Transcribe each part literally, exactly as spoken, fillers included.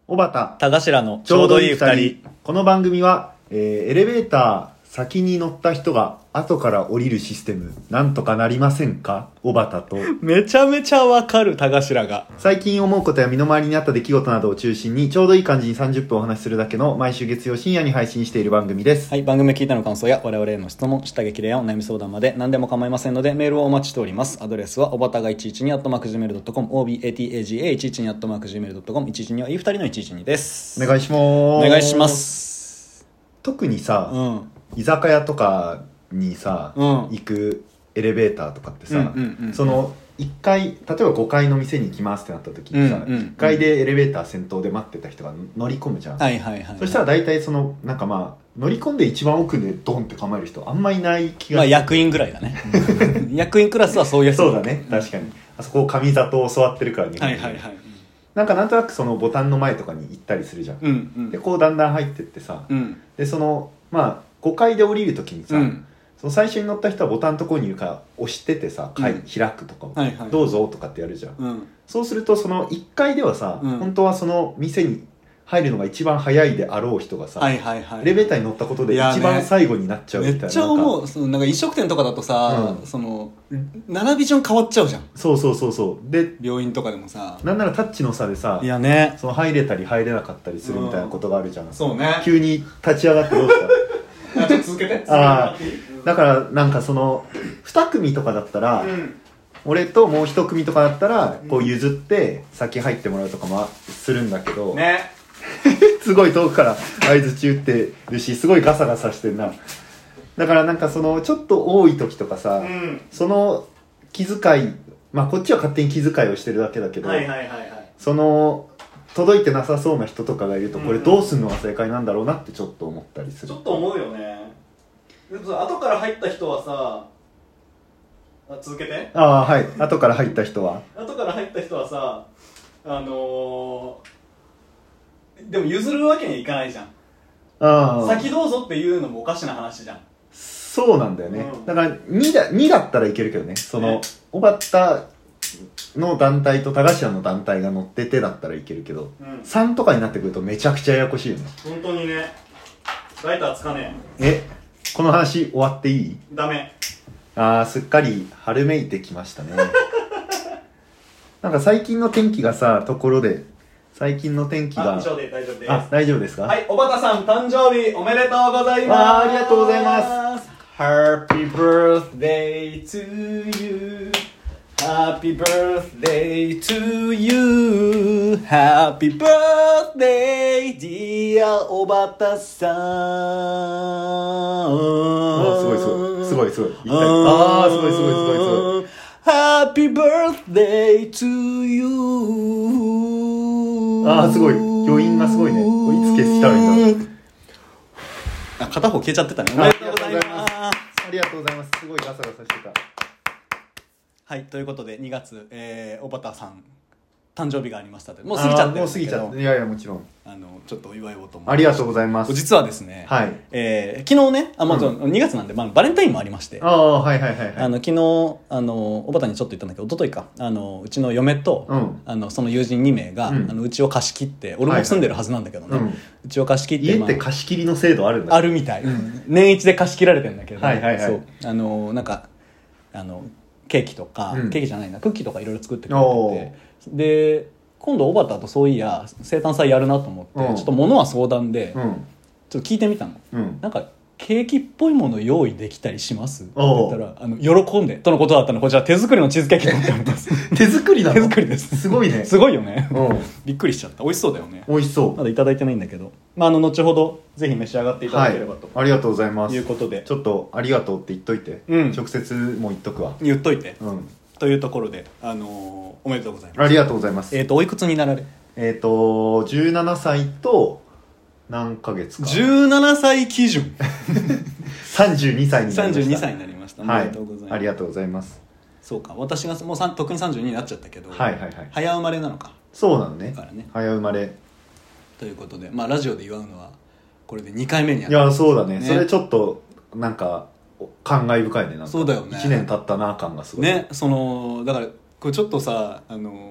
小畑田頭のちょうどいいふたり。この番組は、えーエレベーター先に乗った人が後から降りるシステムなんとかなりませんか。小畑とめちゃめちゃわかる田頭が最近思うことや身の回りにあった出来事などを中心にちょうどいい感じにさんじゅっぷんお話しするだけの毎週月曜深夜に配信している番組です。 はい、番組を聞いたの感想や我々への質問、下激励やお悩み相談まで何でも構いませんのでメールをお待ちしております。アドレスはおばたがいちいちに アットマーク ジーメール ドットコム オービーエーティーエージーエーいちいちに アットマーク ジーメール ドットコム いちいちにはいいふたりのいちいちにです。 お願いします。 お願いします。 特にさ、 うん居酒屋とかにさ、 うん行くエレベーターとかってさ、 うんうんうんうんそのいっかい例えばごかいの店に行きますってなった時にさ、 うんうんうんいっかいでエレベーター先頭で待ってた人が乗り込むじゃん、 はいはいはい、 そしたら大体そのなんかまあ乗り込んで一番奥でドンって構える人あんまいない気がまあ役員ぐらいだね役員クラスはそういうやつそうだね、確かにあそこ上里を教わってるから日本人、 はいはいはい、 なんかなんとなくそのボタンの前とかに行ったりするじゃん、 うんうん、 でこうだんだん入ってってさ、 うんでそのまあごかいで降りる時にさ、 うんその最初に乗った人はボタンのところにいるから押しててさ、かいうん開くとかを、 はいはい、 どうぞとかってやるじゃん、 うん、 そうするとそのいっかいではさ、 うん本当はその店に入るのが一番早いであろう人がさ、 はいはいはい、 エレベーターに乗ったことで一番最後になっちゃうみたいな、 めっちゃ思う。そのなんか飲食店とかだとさ、 うんそのななビジョン変わっちゃうじゃん。 そうそうそうそうで病院とかでもさ、 なんならタッチの差でさ、 いやね、 その入れたり入れなかったりするみたいなことがあるじゃん、 そうね。 急に立ち上がってどうしたあちょっと続けて。 あーだからなんかそのに組とかだったら、 うん俺ともういち組とかだったらこう譲って先入ってもらうとかもするんだけど、 ね。 すごい遠くから相づち打ってるしすごいガサガサしてんな。だからなんかそのちょっと多い時とかさ、 うん。 その気遣い、まあこっちは勝手に気遣いをしてるだけだけど、 はいはいはいはい。 その届いてなさそうな人とかがいるとこれどうすんのが正解なんだろうなってちょっと思ったりする。 ちょっと思うよね。でもさ後から入った人はさ、あ続けて。 ああはい、後から入った人は後から入った人はさ、あのー、でも譲るわけにはいかないじゃん。 ああ先どうぞっていうのもおかしな話じゃん。 そうなんだよね、 うんだからにだにだったらいけるけどね、そのね小畑の団体と田頭の団体が乗っててだったらいけるけど、 うん。 さんとかになってくるとめちゃくちゃややこしいよね。 本当にね。ライターつかねえこの話終わっていい？ え。ダメ。 あーすっかり春めいてきましたねなんか最近の天気がさ、ところで最近の天気があ、以上で大丈夫です。 あ大丈夫ですか？ はい、小畑さん誕生日おめでとうございます。 あーありがとうございます。 Happy birthday to you Happy birthday to you Happy birthday dear 小畑さん。 あすごいすごいすごいすごい言ったああすごいすごいすごいすごい Happy birthday to you。 あーすごい余韻がすごいね。これいつ消したらいいんだろう。 あ、片方消えちゃってたね。おあめでとうございます。 ありがとうございます。すごいガサガサしてた。 はい、ということでにがつ、えー、小畑さん誕生日がありましたと。もう過ぎちゃってるんだけど、 もう過ぎちゃっていやいやもちろんあのちょっとお祝いをと思って。 ありがとうございます。 実はですね、 はいえー、昨日ね、あ、まあうにがつなんで、まあ、バレンタインもありまして、 ああはいはいはいはいあの昨日あの小畑にちょっと言ったんだけど、一昨日か、あのうちの嫁と、 うんあのその友人にめいが、 うんあのうちを貸し切って、俺も住んでるはずなんだけどね、 はいはいうんうちを貸し切って、 家ってまあ貸し切りの制度あるんだ。 あるみたい、年一で貸し切られてんだけど、 はいはいはいそうあのなんかあのケーキとか、 うんケーキじゃないなクッキーとかいろいろ作ってくれおてて、で今度小畑とそういや生誕祭やるなと思って、 うんちょっと物は相談で、 うんちょっと聞いてみたの。 うんなんかケーキっぽいもの用意できたりしますって言おうったら、あの喜んでとのことだったの。こちら手作りのチーズケーキとっております手作りなの？ 手作りですすごいね。 すごいよねうんびっくりしちゃった。美味しそうだよね。 美味しそう。 まだいただいてないんだけど、まあ、あの後ほどぜひ召し上がっていたはいだければとありがとうございます。 いうことで、 ちょっとありがとうって言っといて、 うん直接も言っとくわ。 言っといて、 うんというところで、あのーおめでとうございます。 ありがとうございます。 えっ、とおいくつになられ？ えっとじゅうななさいと何ヶ月かじゅうななさい基準さんじゅうにさいになりました。 さんじゅうにさいになりました。おはいめでとうございます、 ありがとうございます。 そうか、私がもうさんとっくにさんじゅうにになっちゃったけど、 はいはいはい早生まれなのかそうなのねだからね。 早生まれ。 ということで、まあラジオで祝うのはこれでにかいめにやいやそうだねねそれちょっとなんか感慨深いね。なんかそうだよねいちねん経ったな感がすごいね。そのだからこれちょっとさ、あの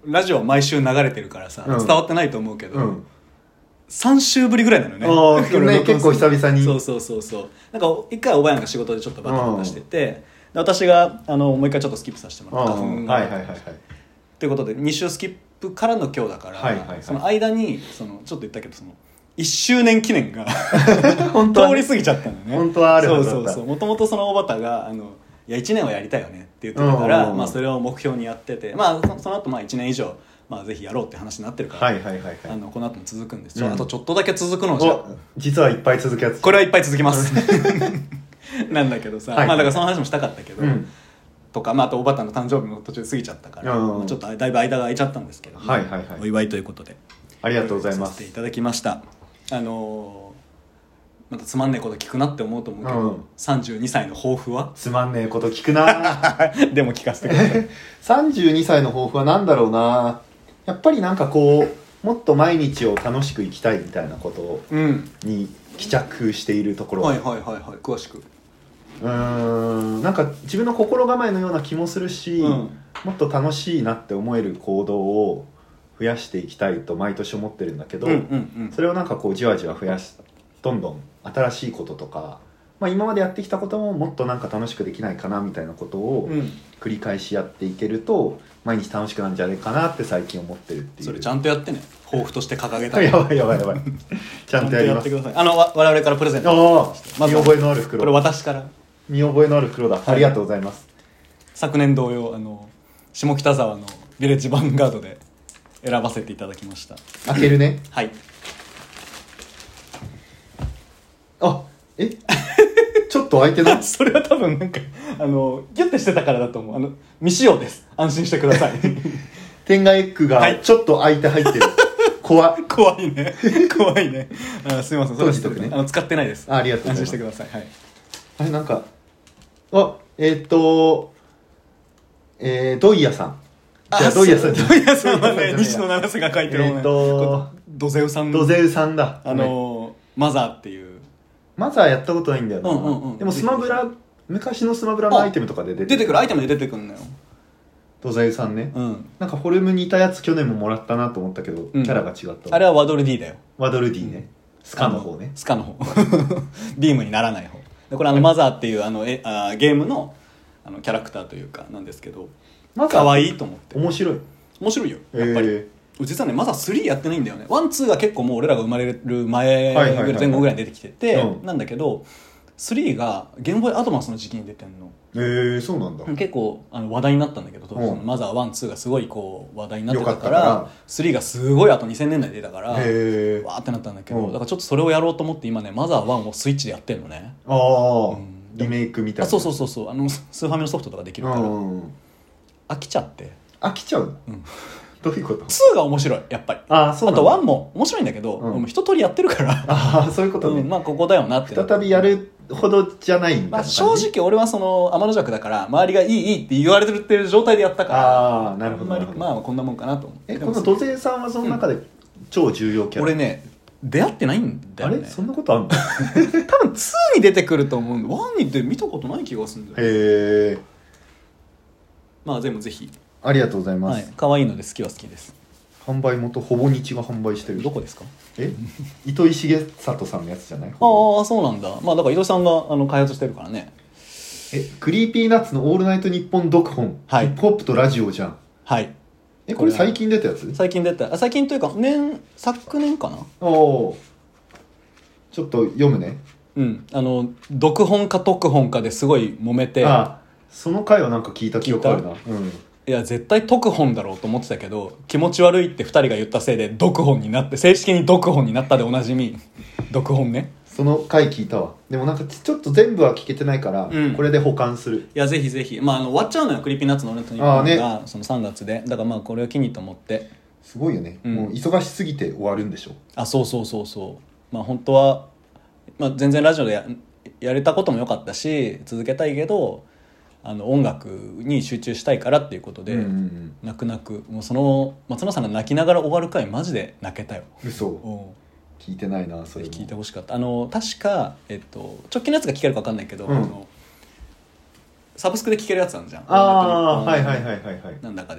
ラジオは毎週流れてるからさ、 うん伝わってないと思うけど、 うんさん週ぶりぐらいなのね。 あーね結構久々にそうそうそうそうなんか一回おばやんが仕事でちょっとバタバタしてて、で私があのもう一回ちょっとスキップさせてもらったうん花粉がはいはいはいはいということでに週スキップからの今日だから、 はいはいはいその間にそのちょっと言ったけどそのいっしゅうねん記念が本当はね通り過ぎちゃったのね。 本当はあるはずだったそうそうそうもともとそのおばたがあのいやいちねんはやりたいよねって言ってたから、 うんまあ、それを目標にやってて、まあ、そその後まあいちねん以上、まあ、ぜひやろうって話になってるから、 はいはいはいはいあのこの後も続くんです、 うんあとちょっとだけ続くのじゃお実はいっぱい続くやつこれはいっぱい続きますなんだけどさ、 はいまあだからその話もしたかったけど、 うんとか、まあ、あとおばたの誕生日も途中で過ぎちゃったから、 うんまあちょっとだいぶ間が空いちゃったんですけど、 はいはいはいお祝いということでありがとうございますさせていただきました。あのーまたつまんねえこと聞くなって思うと思うけど、 うんさんじゅうにさいの抱負はつまんねえこと聞くなでも聞かせてくださいさんじゅうにさいの抱負は何だろうなやっぱりなんかこうもっと毎日を楽しく生きたいみたいなことうんに帰着しているところ、 はいはいはいはい詳しくうーんなんか自分の心構えのような気もするし、 うんもっと楽しいなって思える行動を増やしていきたいと毎年思ってるんだけど、 うんうんそれをなんかこうじわじわ増やしどんどん新しいこととか、まあ、今までやってきたことももっとなんか楽しくできないかなみたいなことをうんうん繰り返しやっていけると毎日楽しくなるんじゃないかなって最近思ってるっていう。 それちゃんとやってね抱負として掲げたやばいやばいやばいちゃんとやりますちゃんとやってください。あのわ我々からプレゼントああまずは見覚えのあるこれ袋私から見覚えのある袋だ、 いありがとうございます。 昨年同様あの下北沢のヴィレッジヴァンガードで選ばせていただきました。 開けるねはいあえちょっと開いてないそれは多分なんかあのギュッてしてたからだと思う。あの未使用です安心してください天外エッグはいがちょっと開いて入ってる、怖っ怖いね怖いねあすいませんそれは閉じとくねあの使ってないです。 あありがとうございます安心してください。はいあれなんかあえーっとえー、ドイヤさんじゃあドイヤさんじゃドイヤさんはねドイヤさんじゃない西野七瀬が書いてるえーっとドゼウさんドゼウさんだあのマザーっていうまずはやったことないんだよな、 うんうんうんでもスマブラ昔のスマブラのアイテムとかで出て出てくるアイテムで出てくるのよ。 ドゼウさんね、 うんなんかフォルム似たやつ去年ももらったなと思ったけど、 うんキャラが違ったあれはワドル D だよ。 ワドルディね、スカの方ねスカの方ビームにならない方でこれあのマザーっていうあのえあゲームのあのキャラクターというかなんですけどまず可愛いと思って面白い面白いよやっぱり、 え実はねまだスリーやってないんだよね。ワンツーが結構もう俺らが生まれる前はいはいはいはい前後ぐらいに出てきてて、 うんなんだけどスリーがゲームボーイアドバンスの時期に出てんの。 えー、そうなんだ、 結構あの話題になったんだけど、 うんそのマザーワンツーがすごいこう話題になってたかよかったかららスリーがすごいあとにせんねんだいで出たからわへーーってなったんだけど、 うんだからちょっとそれをやろうと思って今ねマザーワンをスイッチでやってんのね。 ああ、 うんリメイクみたいなあそうそうそうそうあのススーファミのソフトとかできるから、 うん飽きちゃって飽きちゃう、 うんどういうことツーが面白いやっぱり。 ああそうなんだあとワンも面白いんだけど、 うんもう一通りやってるからああそういうことね、 うん、まあここだよなってなって再びやるほどじゃないみたいなまあ、 感じ、 正直俺はその天の弱だから周りがいいいいって言われてる状態でやったからああなるほどあんまりなるほどまあこんなもんかなと思う。でもえこの土星さんはその中で超重要キャラ、 俺ね出会ってないんだよね。 あれそんなことあんの多分ツーに出てくると思うんでワンにって見たことない気がするんだよ。 へえまあでもぜひありがとうございます、 はい可愛いので好きは好きです。 販売元ほぼ日が販売してるどこですか？ え糸井重里さんのやつじゃないああそうなんだ。まあだから伊藤さんがあの開発してるからね。 えクリーピーナッツの「オールナイトニッポン」読本、 はいヒップホップとラジオじゃん。 はいえこれ最近出たやつ？ 最近出たあ最近というか年昨年かな。 おおちょっと読むね。 うんあの読本か特本かですごい揉めてあその回はなんか聞いた記憶あるな。うんいや絶対特本だろうと思ってたけど気持ち悪いってふたりが言ったせいで読本になって正式に読本になったでおなじみ読本ね。 その回聞いたわ。でもなんかちょっと全部は聞けてないから、 うんこれで保管する。 いやぜひぜひ、まあ、あの終わっちゃうのよクリーピーナッツの俺と日あーね本がそのさんがつでだからまあこれを機にと思ってすごいよね、 うんもう忙しすぎて終わるんでしょ。 あそうそうそうそうまあ本当は、まあ、全然ラジオで や, やれたこともよかったし続けたいけどあの音楽に集中したいからっていうことで、 うんうんうん泣く泣くもうその松野さんが泣きながら終わる回マジで泣けたよ。 嘘うん聞いてないなそれも。 聞いてほしかった。あの確か、えっと、直近のやつが聞けるか分かんないけど、 うんあのサブスクで聞けるやつあるじゃん。 ああ音楽日本はいはいはいはいはい。 なんだかで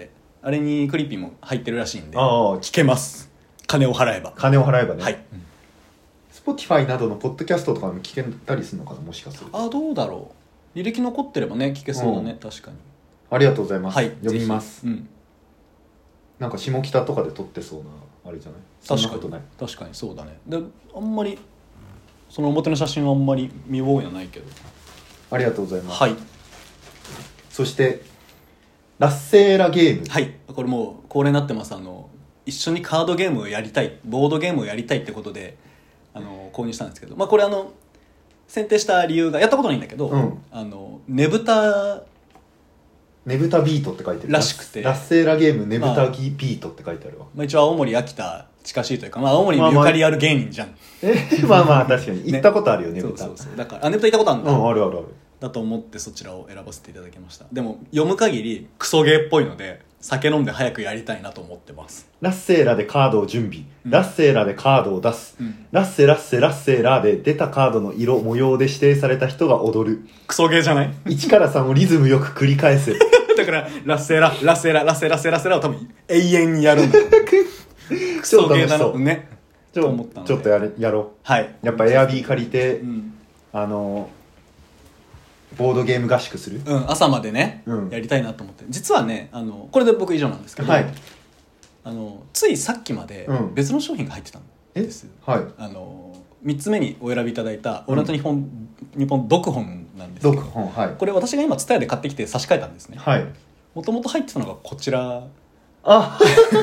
あれにクリッピーも入ってるらしいんでああ聞けます。金を払えば。 金を払えばね。 はい。 Spotify などのポッドキャストとかも聞けたりするのかな、もしかすると。 あ、どうだろう。履歴残ってればね聞けそうだね、うん、確かに。 ありがとうございます。 はい、 読みます。 うん、 なんか下北とかで撮ってそうなあれじゃない。そんなことない。 確かにそうだね。であんまりその表の写真はあんまり見覚えはないけど。 ありがとうございます。 はい。 そしてラッセーラゲーム。 はい、これもう恒例になってます。あの一緒にカードゲームをやりたい、ボードゲームをやりたいってことであの購入したんですけど、まあ、これあの選定した理由がやったことないんだけど、うん、あのねぶたねぶたビートって書いてるらしくて、 ラッセーラゲームねぶたビートって書いてあるわ。 まあ、一応青森秋田近しいというか、まあ、青森にゆかりある芸人じゃん、まあまあ、 えまあまあ確かに行ったことあるよねぶた。 そうそうそう、だからあねぶた行ったことあるんだ、 うん、あるあるある。 だと思ってそちらを選ばせていただきました。でも読む限りクソゲーっぽいので酒飲んで早くやりたいなと思ってます。 ラッセーラでカードを準備、うん、ラッセーラでカードを出す、 うん、 ラッセラッセラッセーラで出たカードの色模様で指定された人が踊る。 クソゲーじゃないいちからさんをリズムよく繰り返すだからラッセーララッセーララッセーララッセーララッセーラを多分永遠にやるんだクソゲーだなねちょと思ったのでちょっとやれやろう。 はい。 やっぱエアビー借りて、 うん、 あのボードゲーム合宿する、 うん、朝までね、うん、やりたいなと思って。実はねあのこれで僕以上なんですけど、はい、あのついさっきまで別の商品が入ってたんです、 うん、はい、 あのみっつめにお選びいただいた「オールナイトニッポン」日本読本なんですけど、 読本、はい、 これ私が今TSUTAYAで買ってきて差し替えたんですね。もともと入ってたのがこちら。 あ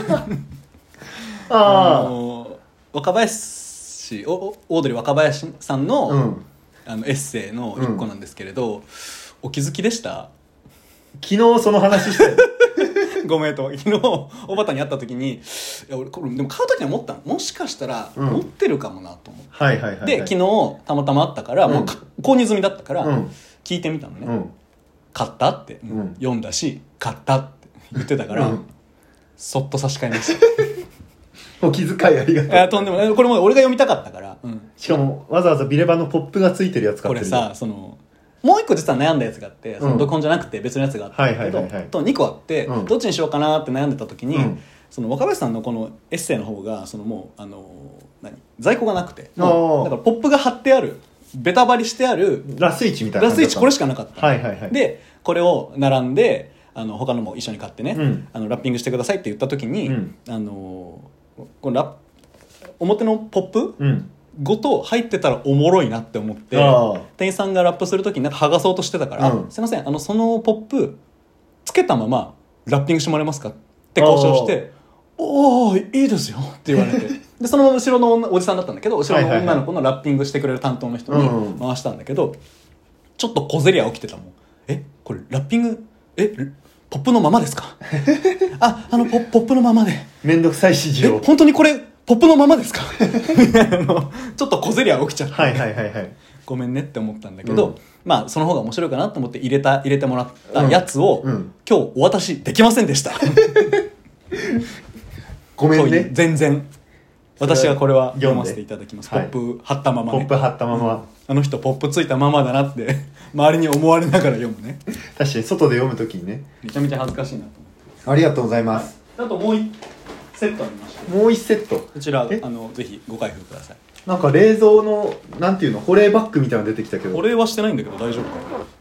あの若林オードリー若林さんの、うんあのエッセイの一個なんですけれど、うん、お気づきでした？ 昨日その話してごめんと昨日おばたに会った時にいや俺これでも買う時には思ったの、もしかしたら持ってるかもなと思って、 うんはいはいはいはい、で昨日たまたま会ったから、うん、もう購入済みだったから、 うん、 聞いてみたのね、 うん、 買ったって、うん、読んだし買ったって言ってたから、うん、そっと差し替えましたお気遣いありがとう。いやとんでもないこれも俺が読みたかったから、うん、 しかもわざわざビレバンのポップがついてるやつ買ってる。 これさそのもう一個実は悩んだやつがあって、その読本じゃなくて別のやつがあったんだけど、はいはいはいはい、とにこあって、うん、どっちにしようかなって悩んでた時に、うん、その若林さんのこのエッセイの方がそのもうあの何在庫がなくて、だからポップが貼ってあるベタ貼りしてあるラスイチみたいなラスイチこれしかなかった、 はいはいはい、 でこれを並んであの他のも一緒に買ってね、 うん、 あのラッピングしてくださいって言った時に、 うん、 あのこのラ表のポップ、 うんごと入ってたらおもろいなって思って店員さんがラップするときになんか剥がそうとしてたから、うん、すいませんあのそのポップつけたままラッピングしてもらえますかって交渉しておおいいですよって言われてでその後ろのおじさんだったんだけど後ろの女の子のラッピングしてくれる担当の人に回したんだけど、ちょっと小競り合い起きてたもん。えこれラッピングえポップのままですかああのポポップのままでめんどくさい指示をえ本当にこれポップのままですかちょっと小競り合い起きちゃって、 はいはいはいはい、 ごめんねって思ったんだけど、うん、まあその方が面白いかなと思って入れた入れてもらったやつを、 うんうん、 今日お渡しできませんでしたごめんね。 全然私がこれは読ませていただきます。ポップ貼ったままね、 ポップ貼ったまま、 うん、あの人ポップついたままだなって周りに思われながら読むね。 確かに外で読むときにねめちゃめちゃ恥ずかしいなと思って。 ありがとうございます、 はい、あともう一セットありまして、 もう一セットこちらあのぜひご開封ください。 なんか冷蔵のなんていうの保冷バッグみたいなの出てきたけど、 保冷はしてないんだけど大丈夫かな。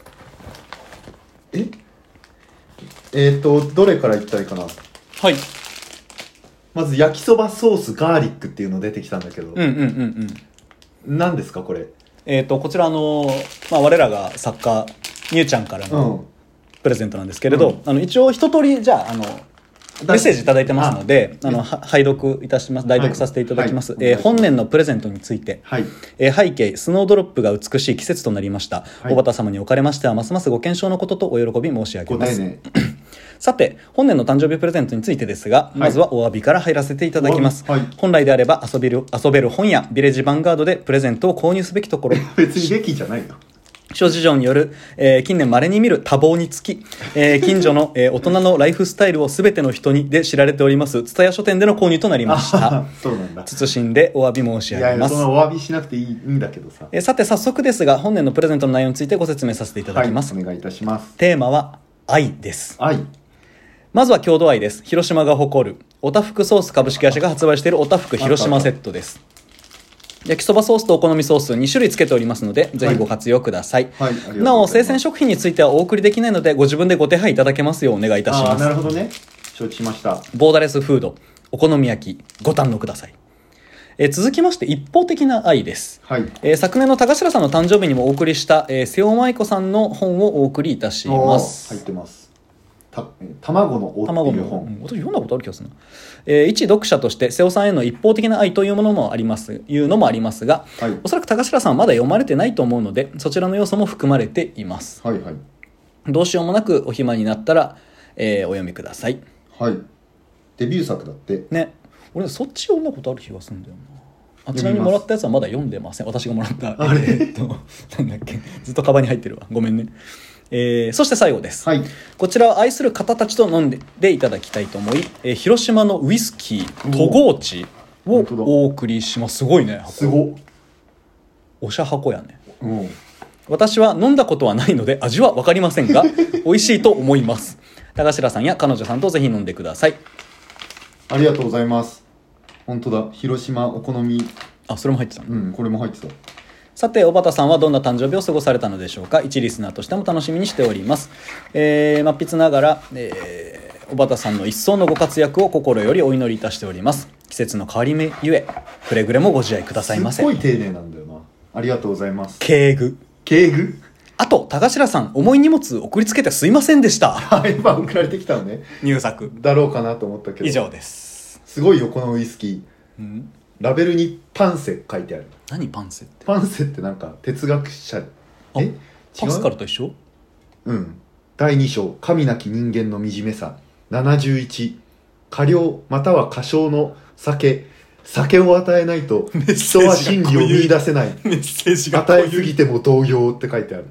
ええーとどれからいったらいいかな。 はい、 まず焼きそばソースガーリックっていうの出てきたんだけど、 うんうんうんうん何ですかこれ。 えーとこちらあの、まあ、我らが作家みゆちゃんからのプレゼントなんですけれど、うん、あの一応一通りじゃああのメッセージいただいてますので、あの拝読いたします。代読させていただきます。はいはい、えー、本年のプレゼントについて、 はい、 えー、背景スノードロップが美しい季節となりました。はい、おばた様におかれましてはますますご健勝のこととお喜び申し上げます。 ね、 さて本年の誕生日プレゼントについてですが、はい、まずはお詫びから入らせていただきます。 はい、 本来であれば遊べる遊べる本やビレッジヴァンガードでプレゼントを購入すべきところ別にべきじゃないよ。 諸事情による、えー、近年稀に見る多忙につき、えー、近所の、えー、大人のライフスタイルを全ての人にで知られておりますTSUTAYA書店での購入となりました。 そうなんだ。 謹んでお詫び申し上げます。 いやいやそのお詫びしなくていいんだけどさ、 えー、さて早速ですが本年のプレゼントの内容についてご説明させていただきます。 はい、お願いいたします。 テーマは愛です。 愛。 まずは郷土愛です。広島が誇るおたふくソース株式会社が発売しているおたふく広島セットです。焼きそばソースとお好みソースに種類つけておりますので、ぜひご活用ください。 はいはい、 なお生鮮食品についてはお送りできないので、ご自分でご手配いただけますようお願いいたします。 あ、なるほどね、承知しました。 ボーダレスフードお好み焼きご堪能ください。えー、続きまして一方的な愛です、 はい。 えー、昨年の高白さんの誕生日にもお送りした、えー、瀬尾舞子さんの本をお送りいたします。 入ってます。た卵の尾っていう本、 うん、私読んだことある気がするな。えー、一読者として瀬尾さんへの一方的な愛というものもありますいうのもありますが、はい、おそらく高白さんはまだ読まれてないと思うので、そちらの要素も含まれています。 はいはい。 どうしようもなくお暇になったら、えー、お読みください。 はい。デビュー作だってね。俺そっち読んだことある気がするんだよな。あ、ちなみにもらったやつはまだ読んでません。私がもらったあれ、 えー、っとなんだっけ、ずっとカバンに入ってるわ、ごめんね。えー、そして最後です、 はい、 こちらは愛する方たちと飲んでいただきたいと思い、えー、広島のウイスキー戸郷地をお送りします。すごいね、 すごおしゃ箱やね。 うん、 私は飲んだことはないので味は分かりませんが美味しいと思います。高白さんや彼女さんとぜひ飲んでください。 ありがとうございます。本当だ、広島お好み、 あ、それも入ってたの。 うん、これも入ってた。 さて、小畑さんはどんな誕生日を過ごされたのでしょうか。一リスナーとしても楽しみにしております。えー、末筆ながら、えー、小畑さんの一層のご活躍を心よりお祈りいたしております。季節の変わり目ゆえ、くれぐれもご自愛くださいませ。 すっごい丁寧なんだよな。ありがとうございます。 敬具。 敬具。 あと、高白さん、重い荷物送りつけてすいませんでした。 はい、今送られてきたのね。 入作。 だろうかなと思ったけど。 以上です。 すごいよ、このウイスキー。うん、ラベルにパンセ書いてある。 何パンセって？ パンセってなんか哲学者。 え？パスカルと一緒？ うん。だいに章、神なき人間の惨めさ。ななじゅういち、過量または過小の酒。酒を与えないと人は真理を見出せない。 メッセージが与えすぎても同様って書いてある。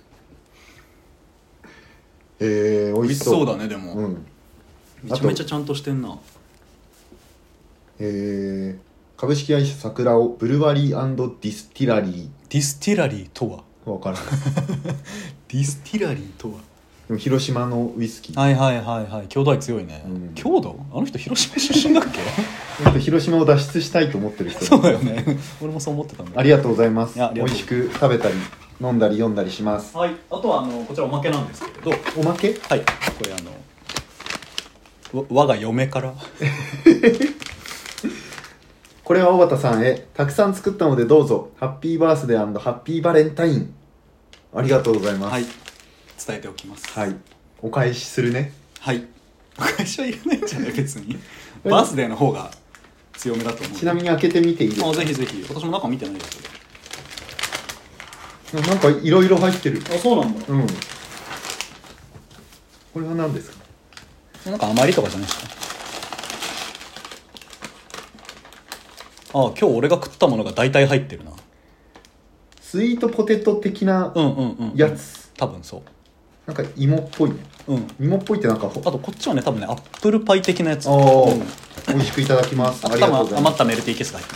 えー、美味しそう。 美味しそうだね、でも。うん。めちゃめちゃちゃんとしてんな。 えー、株式会社桜尾ブルワリー&ディスティラリー。 ディスティラリーとは分からないディスティラリーとはでも広島のウイスキー。 はいはいはいはい、郷土愛強いね、うん、郷土？あの人広島出身だっけ広島を脱出したいと思ってる人そうだよね俺もそう思ってたんだ。 ありがとうございます。美味しく食べたり飲んだり読んだりします。 はい。あとはあのこちらおまけなんですけれど。 おまけ？ はい、これあの我が嫁からこれは小畑さんへたくさん作ったのでどうぞ。ハッピーバースデー&ハッピーバレンタイン。ありがとうございます。 はい、伝えておきます。 はい、お返しするね。 はい、お返しはいらないんじゃない別にバースデーの方が強めだと思う。 ちなみに開けてみていいですか？ あ、ぜひぜひ。私も中見てないですけどなんかいろいろ入ってる。 あ、そうなんだ。うん。 これは何ですか？ なんか余りとかじゃないですか？あ、今日俺が食ったものが大体入ってるな。 スイートポテト的なやつ、うんうんうんうん、 多分そう。 なんか芋っぽいね。うん、芋っぽいってなんかあとこっちはね、多分ねアップルパイ的なやつ。 あ、うん、美味しくいただきます。 あと多分余ったメルティーキスが入ってます。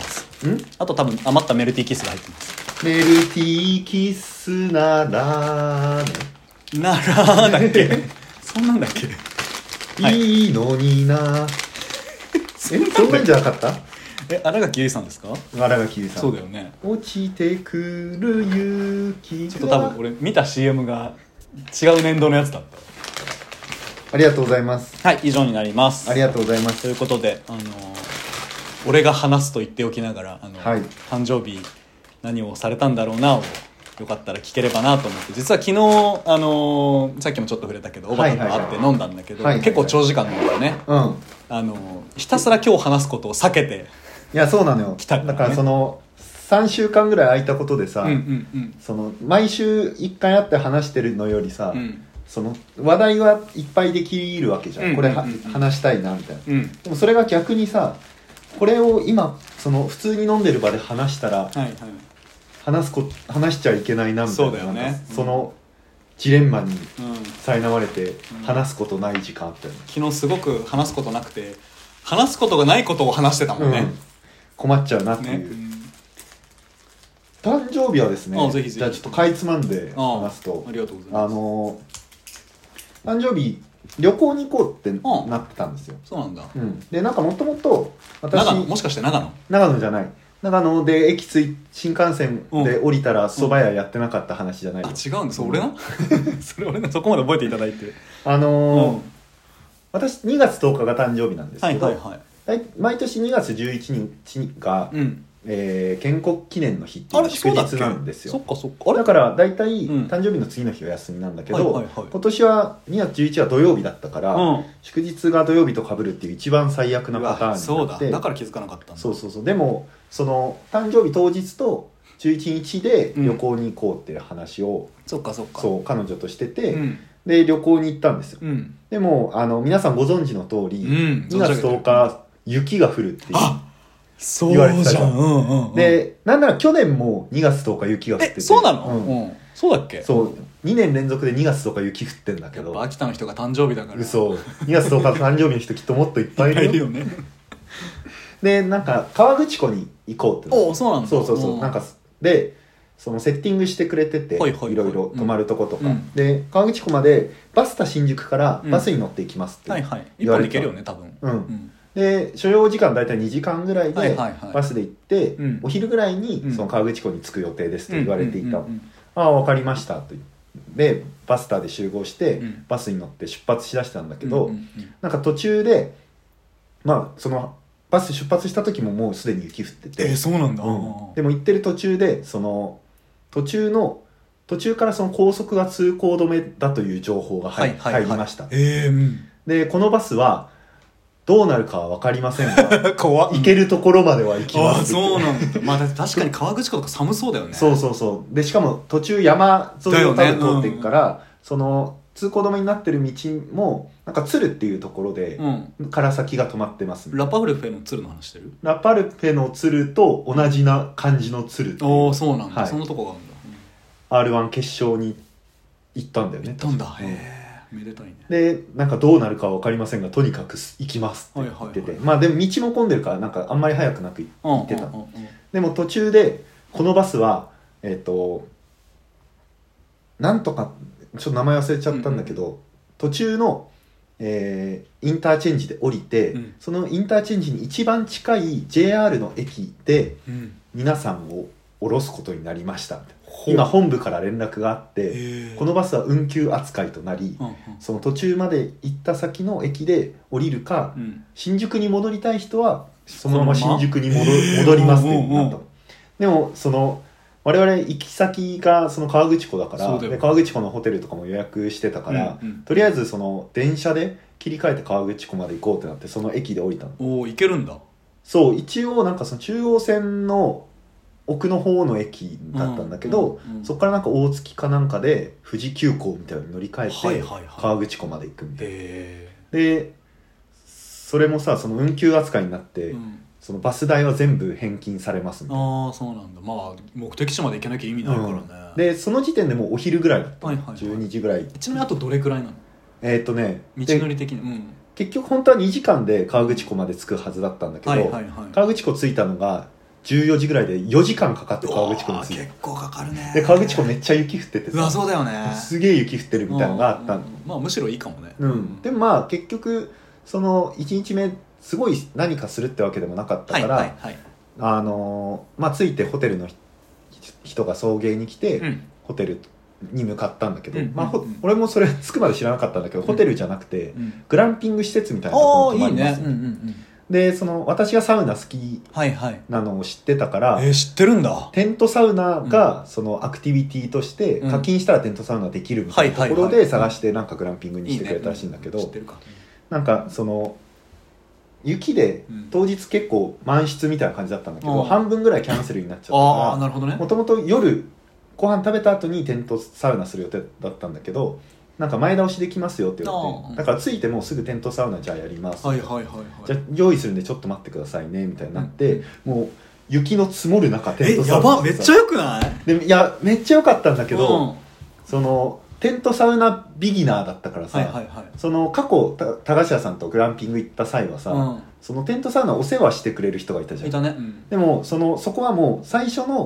ん？あと多分余ったメルティーキスが入ってます。 メルティーキスならねならだっけそんなんだっけいいのになえ、そんなんじゃなかった？ え、新垣結衣さんですか？ 新垣結衣さん。 そうだよね。 落ちてくる雪が。 ちょっと多分俺見た シーエム が違う年度のやつだった。 ありがとうございます。 はい、以上になります。 ありがとうございます。 ということで、あのー、俺が話すと言っておきながら、あのーはい、誕生日何をされたんだろうなをよかったら聞ければなと思って、実は昨日、あのー、さっきもちょっと触れたけど、おばたと会って飲んだんだけど、はいはいはい、結構長時間飲んだね、うん、あのー、ひたすら今日話すことを避けて、 いやそうなのよ、来たからね。だからそのさんしゅうかんぐらい空いたことでさ、うんうんうん、その毎週いっかい会って話してるのよりさ、うん、その話題はいっぱいできるわけじゃん、うんうんうんうん、これ話したいなみたいな、うん、でもそれが逆にさ、これを今その普通に飲んでる場で話したら、はいはい、話すこ話しちゃいけないなみたいな、そうだよね、そのジレンマに苛まれて話すことない時間あったよね、 うんうん、昨日すごく話すことなくて、話すことがないことを話してたもんね、うん、 困っちゃうなっていう、ね、うん、誕生日はですね、 ぜひぜひ、 じゃあちょっとかいつまんで話すと、 あありがとうございます。 あの誕生日旅行に行こうってなってたんですよ。 そうなんだ、 うん、でなんかもともと私長野もしかして長野長野じゃない長野で駅着い新幹線で降りたら蕎麦屋やってなかった話じゃないよ、 うん、あ違うんです、俺なそれ俺なそこまで覚えていただいてあのーうん、私にがつとおかが誕生日なんですけど、はいはいはい、毎年にがつじゅういちにちが、うんえー、建国記念の日っていう祝日なんですよ。 そっかそっか。 だから大体誕生日の次の日は休みなんだけど、うんはいはいはい、今年はにがつじゅういちにちは土曜日だったから、うん、祝日が土曜日と被るっていう一番最悪なパターンになって、 そうだだから気づかなかったんだ。 そうそうそう。でもその誕生日当日とじゅういちにちで旅行に行こうっていう話を、うん、 そっかそっかそう彼女としてて、うん、で旅行に行ったんですよ、うん、でもあの皆さんご存知の通り、うん、にがつとおか雪が降るっていう言われてたじゃん、うんうんうん、でなんなら去年もにがつとおか雪が降っててえそうなの、うんうん、そうだっけ。 そうにねん連続でにがつとおか雪降ってんだけど、 やっぱ秋田の人が誕生日だから嘘にがつとおか誕生日の人きっともっといっぱいいるよ, いるよねでなんか河口湖に行こうっておそうなんだそうそうそうなんかでそのセッティングしてくれてて、はいはいはい、いろいろ泊まるとことか、うん、で河口湖までバスタ新宿からバスに乗って行きますって言われた、うんはいはい、 一本で行けるよね多分、 うんうんで所要時間だいたいにじかんぐらいでバスで行って、はいはいはい、お昼ぐらいにその河口湖に着く予定ですと言われていた、うんうんうんうん、ああ分かりましたとでバスターで集合して、うん、バスに乗って出発しだしたんだけど、うんうんうん、なんか途中でまあそのバス出発した時ももうすでに雪降っててえー、そうなんだ、 うん、でも行ってる途中でその途中の途中からその高速が通行止めだという情報が入、はいはいはい、入りました、 えーうん、 でこのバスはどうなるかは分かりませんが怖行けるところまでは行きますってあそうなんだ、まあ、確かに河口湖とか寒そうだよねそうそうそうでしかも途中山沿いを多分通っていくから、ねうん、その通行止めになってる道もなんか鶴っていうところで、うん、から先が止まってますラパルフェの鶴の話してるラパルフェの鶴と同じな感じの鶴っていうおそうなんだ、はい、そんなとこがあるんだ、 うん、アールワン 決勝に行ったんだよね行ったんだへえめでたいねでなんかどうなるかは分かりませんがとにかく行きますって言ってて、はいはいはい、まあでも道も混んでるからなんかあんまり早くなく行ってた、うんうんうんうん、でも途中でこのバスはえっ、ー、となんとかちょっと名前忘れちゃったんだけど、うんうん、途中の、えー、インターチェンジで降りて、うん、そのインターチェンジに一番近い ジェイアール の駅で皆さんを降ろすことになりました、今本部から連絡があってこのバスは運休扱いとなり、うんうん、その途中まで行った先の駅で降りるか、うん、新宿に戻りたい人はそのまま新宿に 戻, 戻りますってなった。でもその我々行き先がその河口湖だからで河口湖のホテルとかも予約してたから、うんうん、とりあえずその電車で切り替えて河口湖まで行こうってなってその駅で降りたの。 おー行けるんだ。 そう一応なんかその中央線の奥の方の駅だったんだけど、うんうんうん、そこからなんか大月かなんかで富士急行みたいなのに乗り換えて、はいはいはい、河口湖まで行くみたいな。でそれもさその運休扱いになって、うん、そのバス代は全部返金されますみたいな。 ああそうなんだ。まあ目的地まで行けなきゃ意味ないからね、 うん、でその時点でもうお昼ぐらいだった、はいはいはい、じゅうにじぐらい。 ちなみにあとどれくらいなの？ えー、っとね道のり的に、うん、 結局本当はにじかんで河口湖まで着くはずだったんだけど、はいはいはい、河口湖着いたのがじゅうよじぐらいでよじかんかかって河口湖に着いて、 結構かかるね。 で河口湖めっちゃ雪降っててさ、 うわそうだよね、 すげえ雪降ってるみたいなのがあったの、うんうん、 まあむしろいいかもね、 うん、でもまあ結局そのいちにちめすごい何かするってわけでもなかったから、はいはいはい、あのまあ着いてホテルの人が送迎に来て、うん、ホテルに向かったんだけど、うんうんうん、まあ、俺もそれ着くまで知らなかったんだけど、うん、ホテルじゃなくて、うん、グランピング施設みたいなところに泊まります、ね、いいね、うんうんうん、でその私がサウナ好きなのを知ってたから、はいはい、 えー、知ってるんだ。 テントサウナがそのアクティビティとして課金したらテントサウナできるみたいなところで探してなんかグランピングにしてくれたらしいんだけど、なんかその雪で当日結構満室みたいな感じだったんだけど、うん、半分ぐらいキャンセルになっちゃったから、 なるほどね、 もともと夜ご飯食べた後にテントサウナする予定だったんだけど、なんか前倒しできますよって言われて、だから着いてもうすぐテントサウナじゃあやります、はいはいはいはい、じゃあ用意するんでちょっと待ってくださいねみたいになって、うん、もう雪の積もる中テントサウナ、 えやばめっちゃよくない？ でいやめっちゃよかったんだけど、うん、そのテントサウナビギナーだったからさ、はいはいはい、その過去高橋さんとグランピング行った際はさ、うん、そのテントサウナお世話してくれる人がいたじゃん。いたね、うん、でもそのそこはもう最初の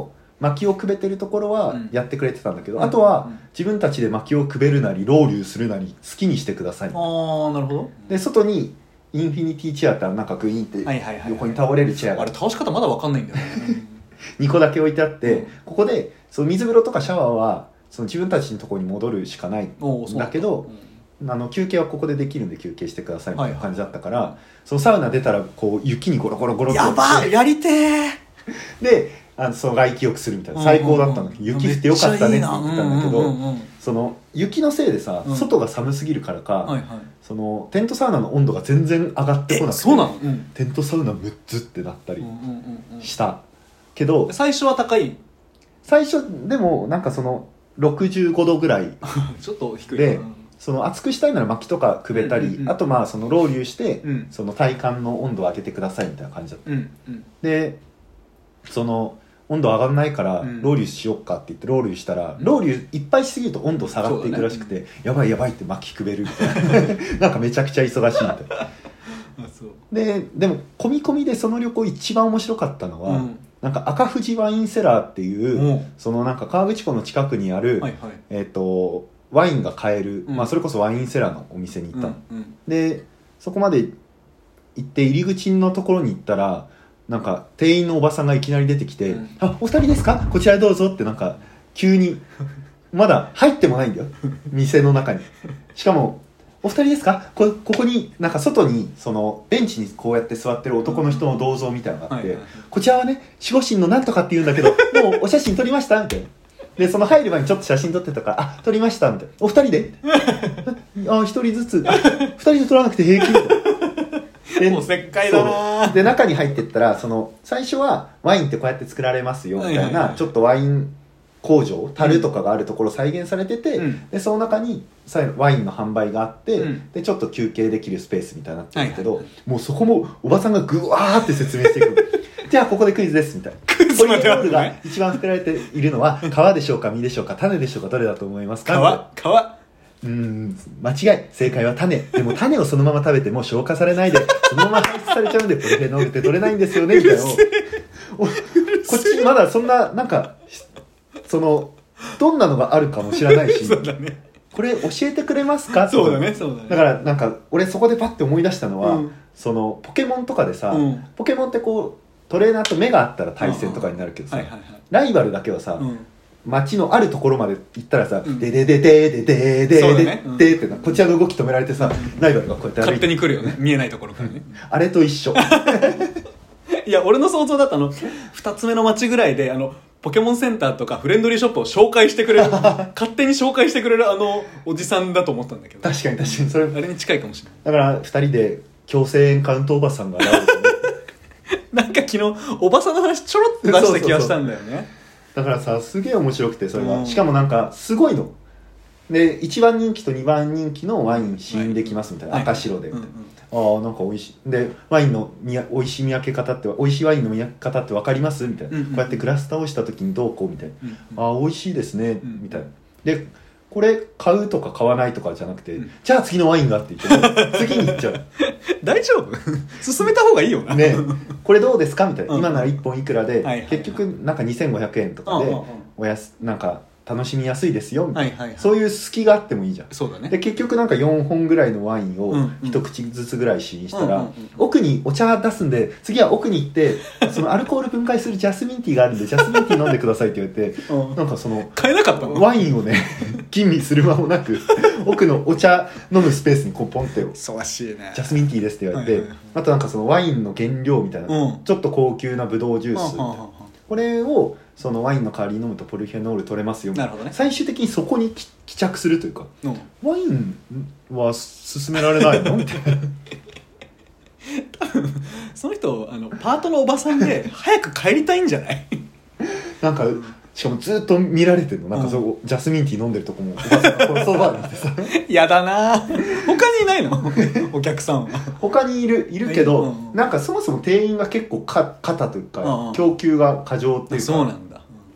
薪をくべてるところはやってくれてたんだけど、 うん、 あとは自分たちで薪をくべるなりロウリュするなり好きにしてください。 ああなるほど。 で外にインフィニティチェアってなんかグイーンって横に倒れるチェアが、 あれ倒し方まだ分かんないんだよねにこだけ置いてあって、 うん、 ここでその水風呂とかシャワーはその自分たちのところに戻るしかないんだけど、うん、あの休憩はここでできるんで休憩してくださいみたいな感じだったから、はいはい、そのサウナ出たらこう雪にゴロゴロゴロってやばやりてーであのその外気浴するみたいな最高だったんだけど、雪降ってよかったねって言ってたんだけど、その雪のせいでさ、うん、外が寒すぎるからか、はいはい、そのテントサウナの温度が全然上がってこなくて、 そうなの、うん、 テントサウナむっつってなったりした、うんうんうん、けど最初は高い最初でもなんかそのろくじゅうごどぐらいちょっと低いでその熱くしたいなら薪とかくべたり、うんうんうん、あとまあそのロウリュして、うん、その体感の温度を上げてくださいみたいな感じだった、うんうん、でその温度上がらないからロウリュしよっかって言ってロウリュしたら、うん、ロウリュいっぱいしすぎると温度下がっていくらしくて、ね、やばいやばいって薪くべるみたいななんかめちゃくちゃ忙しいみたいなで, でも込み込みでその旅行一番面白かったのは、うん、なんか赤富士ワインセラーっていう、うん、そのなんか河口湖の近くにある、はいはい、えーと、ワインが買える、うんまあ、それこそワインセラーのお店に行ったの、うんうん、でそこまで行って入り口のところに行ったらなんか店員のおばさんがいきなり出てきて、うん、あ、お二人ですか、こちらへどうぞってなんか急にまだ入ってもないんだよ店の中に。しかもお二人ですか、 こ, ここになんか外にそのベンチにこうやって座ってる男の人の銅像みたいなのがあって、うんはいはいはい、こちらはね守護神のなんとかって言うんだけどもうお写真撮りましたみたいな。でその入る前にちょっと写真撮ってたからあ撮りましたみたいな。お二人であ一人ずつあ二人で撮らなくて平気みたいな。 もう石灰だな。 で中に入ってったらその最初はワインってこうやって作られますよみたいな、はいはいはい、ちょっとワイン工場樽とかがあるところ再現されてて、うん、でその中にワインの販売があって、うん、でちょっと休憩できるスペースみたいになってるんだけど、はいはいはい、もうそこもおばさんがぐわーって説明していくじゃあここでクイズですみたいな。 クイズまであるね。 ポリフェノールが一番含まれているのは皮でしょうか実でしょうか種でしょうかどれだと思いますか。 皮皮うーん間違い、正解は種。でも種をそのまま食べても消化されないでそのまま排出されちゃうんでポリフェノールって取れないんですよねみたいなのをこっちまだそんななんかそのどんなのがあるかも知らないしそうだね、 これ教えてくれますか。 そうだねそうだね。 だからなんか俺そこでパッて思い出したのは、うん、そのポケモンとかでさ、うん、ポケモンってこうトレーナーと目があったら対戦とかになるけどさ、はいはいはい、ライバルだけはさ、うん街のあるところまで行ったらさ、うん、でででででででででってこちらの動き止められてさ、ライバルがこうやって歩いて勝手に来るよね見えないところからねあれと一緒いや俺の想像だったのふたつめの街ぐらいであのポケモンセンターとかフレンドリーショップを紹介してくれる勝手に紹介してくれるあのおじさんだと思ったんだけど確かに確かにそれあれに近いかもしれない。だからふたりで強制エンカウントおばさんが現れてなんか昨日おばさんの話ちょろっと出した気がしたんだよね。そうそうそうだからさすげえ面白くてそれが、うん、しかもなんかすごいのでいちばん人気とにばん人気のワイン試飲できますみたいな、はい、赤白で、はいうんうん、ああなんか美味しいでワインの美味しい見分け方って美味しいワインの見分け方って分かりますみたいな、うんうん、こうやってグラス倒した時にどうこうみたいな、うんうん、ああ美味しいですね、うん、みたいなでこれ買うとか買わないとかじゃなくて、うん、じゃあ次のワインがって言って次に行っちゃう大丈夫進めた方がいいよなねこれどうですかみたいな、うん、今ならいっぽんいくらで、はいはいはい、結局なんかにせんごひゃくえんとかで、うんうんうん、おやすなんか楽しみやすいですよみたいな、はいはいはい、そういう隙があってもいいじゃん。 そうだね。 で結局なんかよんほんぐらいのワインを一口ずつぐらい試飲したら、うんうん、奥にお茶出すんで次は奥に行ってそのアルコール分解するジャスミンティーがあるんでジャスミンティー飲んでくださいって言われて、うん、なんかその買えなかったのワインをね吟味する間もなく奥のお茶飲むスペースにこうポンって忙しいねジャスミンティーですって言われて、はいはいはい、あとなんかそのワインの原料みたいな、うん、ちょっと高級なブドウジュースみたいな、うん、これをそのワインの代わりに飲むとポリフェノール取れますよ。 なるほどね。 最終的にそこに帰着するというか、うん、ワインは勧められないのみたいな多分その人あのパートのおばさんで早く帰りたいんじゃないなんかしかもずっと見られてるのなんかそう、うん、ジャスミンティー飲んでるとこもおばさんがこのソファーにいてさやだな他にいないのお客さんは他にいるいるけど、うん、なんかそもそも店員が結構か肩というか、うん、供給が過剰っていうかそうなんだ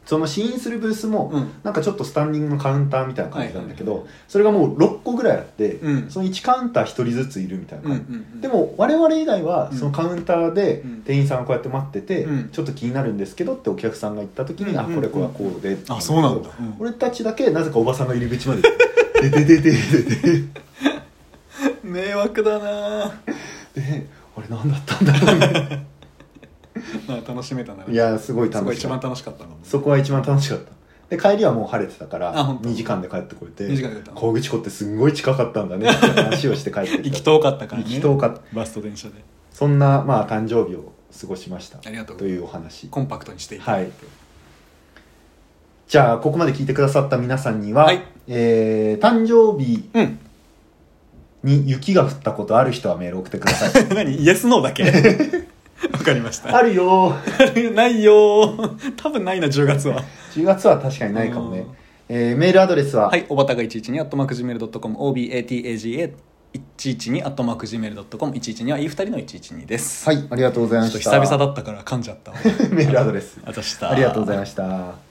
その試飲するブースも、 うん、 なんかちょっとスタンディングのカウンターみたいな感じなんだけど、 はいはいはい、 それがもうろっこぐらいあって、 うん、そのいちカウンターひとりずついるみたいな感じ、 うんうんうん、 でも我々以外はそのカウンターで店員さんがこうやって待ってて、 うん、 ちょっと気になるんですけどってお客さんが言った時に、うん、あこれこれはこうで、 あそうなんだ、うん、 俺たちだけなぜかおばさんが入り口まででででででで迷惑だなで俺何だったんだろうね楽しめたな。 いやすごい楽しかった。そこ一番楽しかったの。 そこは一番楽しかった。で帰りはもう晴れてたからにじかんで帰ってこれて、河口湖ってすんごい近かったんだねって話をして帰って行き遠かったからね。 行き遠かった。 バスと電車で。 そんなまあ誕生日を過ごしました。 ありがとうというお話。 コンパクトにしていただいて。はい。 じゃあここまで聞いてくださった皆さんには、はい、えー、誕生日に雪が降ったことある人はメール送ってください。 何イエスノーだけ？わかりました。 あるよないよ多分ないな。じゅうがつはじゅうがつは確かにないかもね。えー、メールアドレスははいおばたがいちいちにアットマークジメールドットコム オービーエーティーエージーエーいちいちにアットマークジメールドットコム いちいちにはいいふたりのいちいちにです。 はいありがとうございました。 ちょっと久々だったから噛んじゃったメールアドレスあ, ありがとうございました。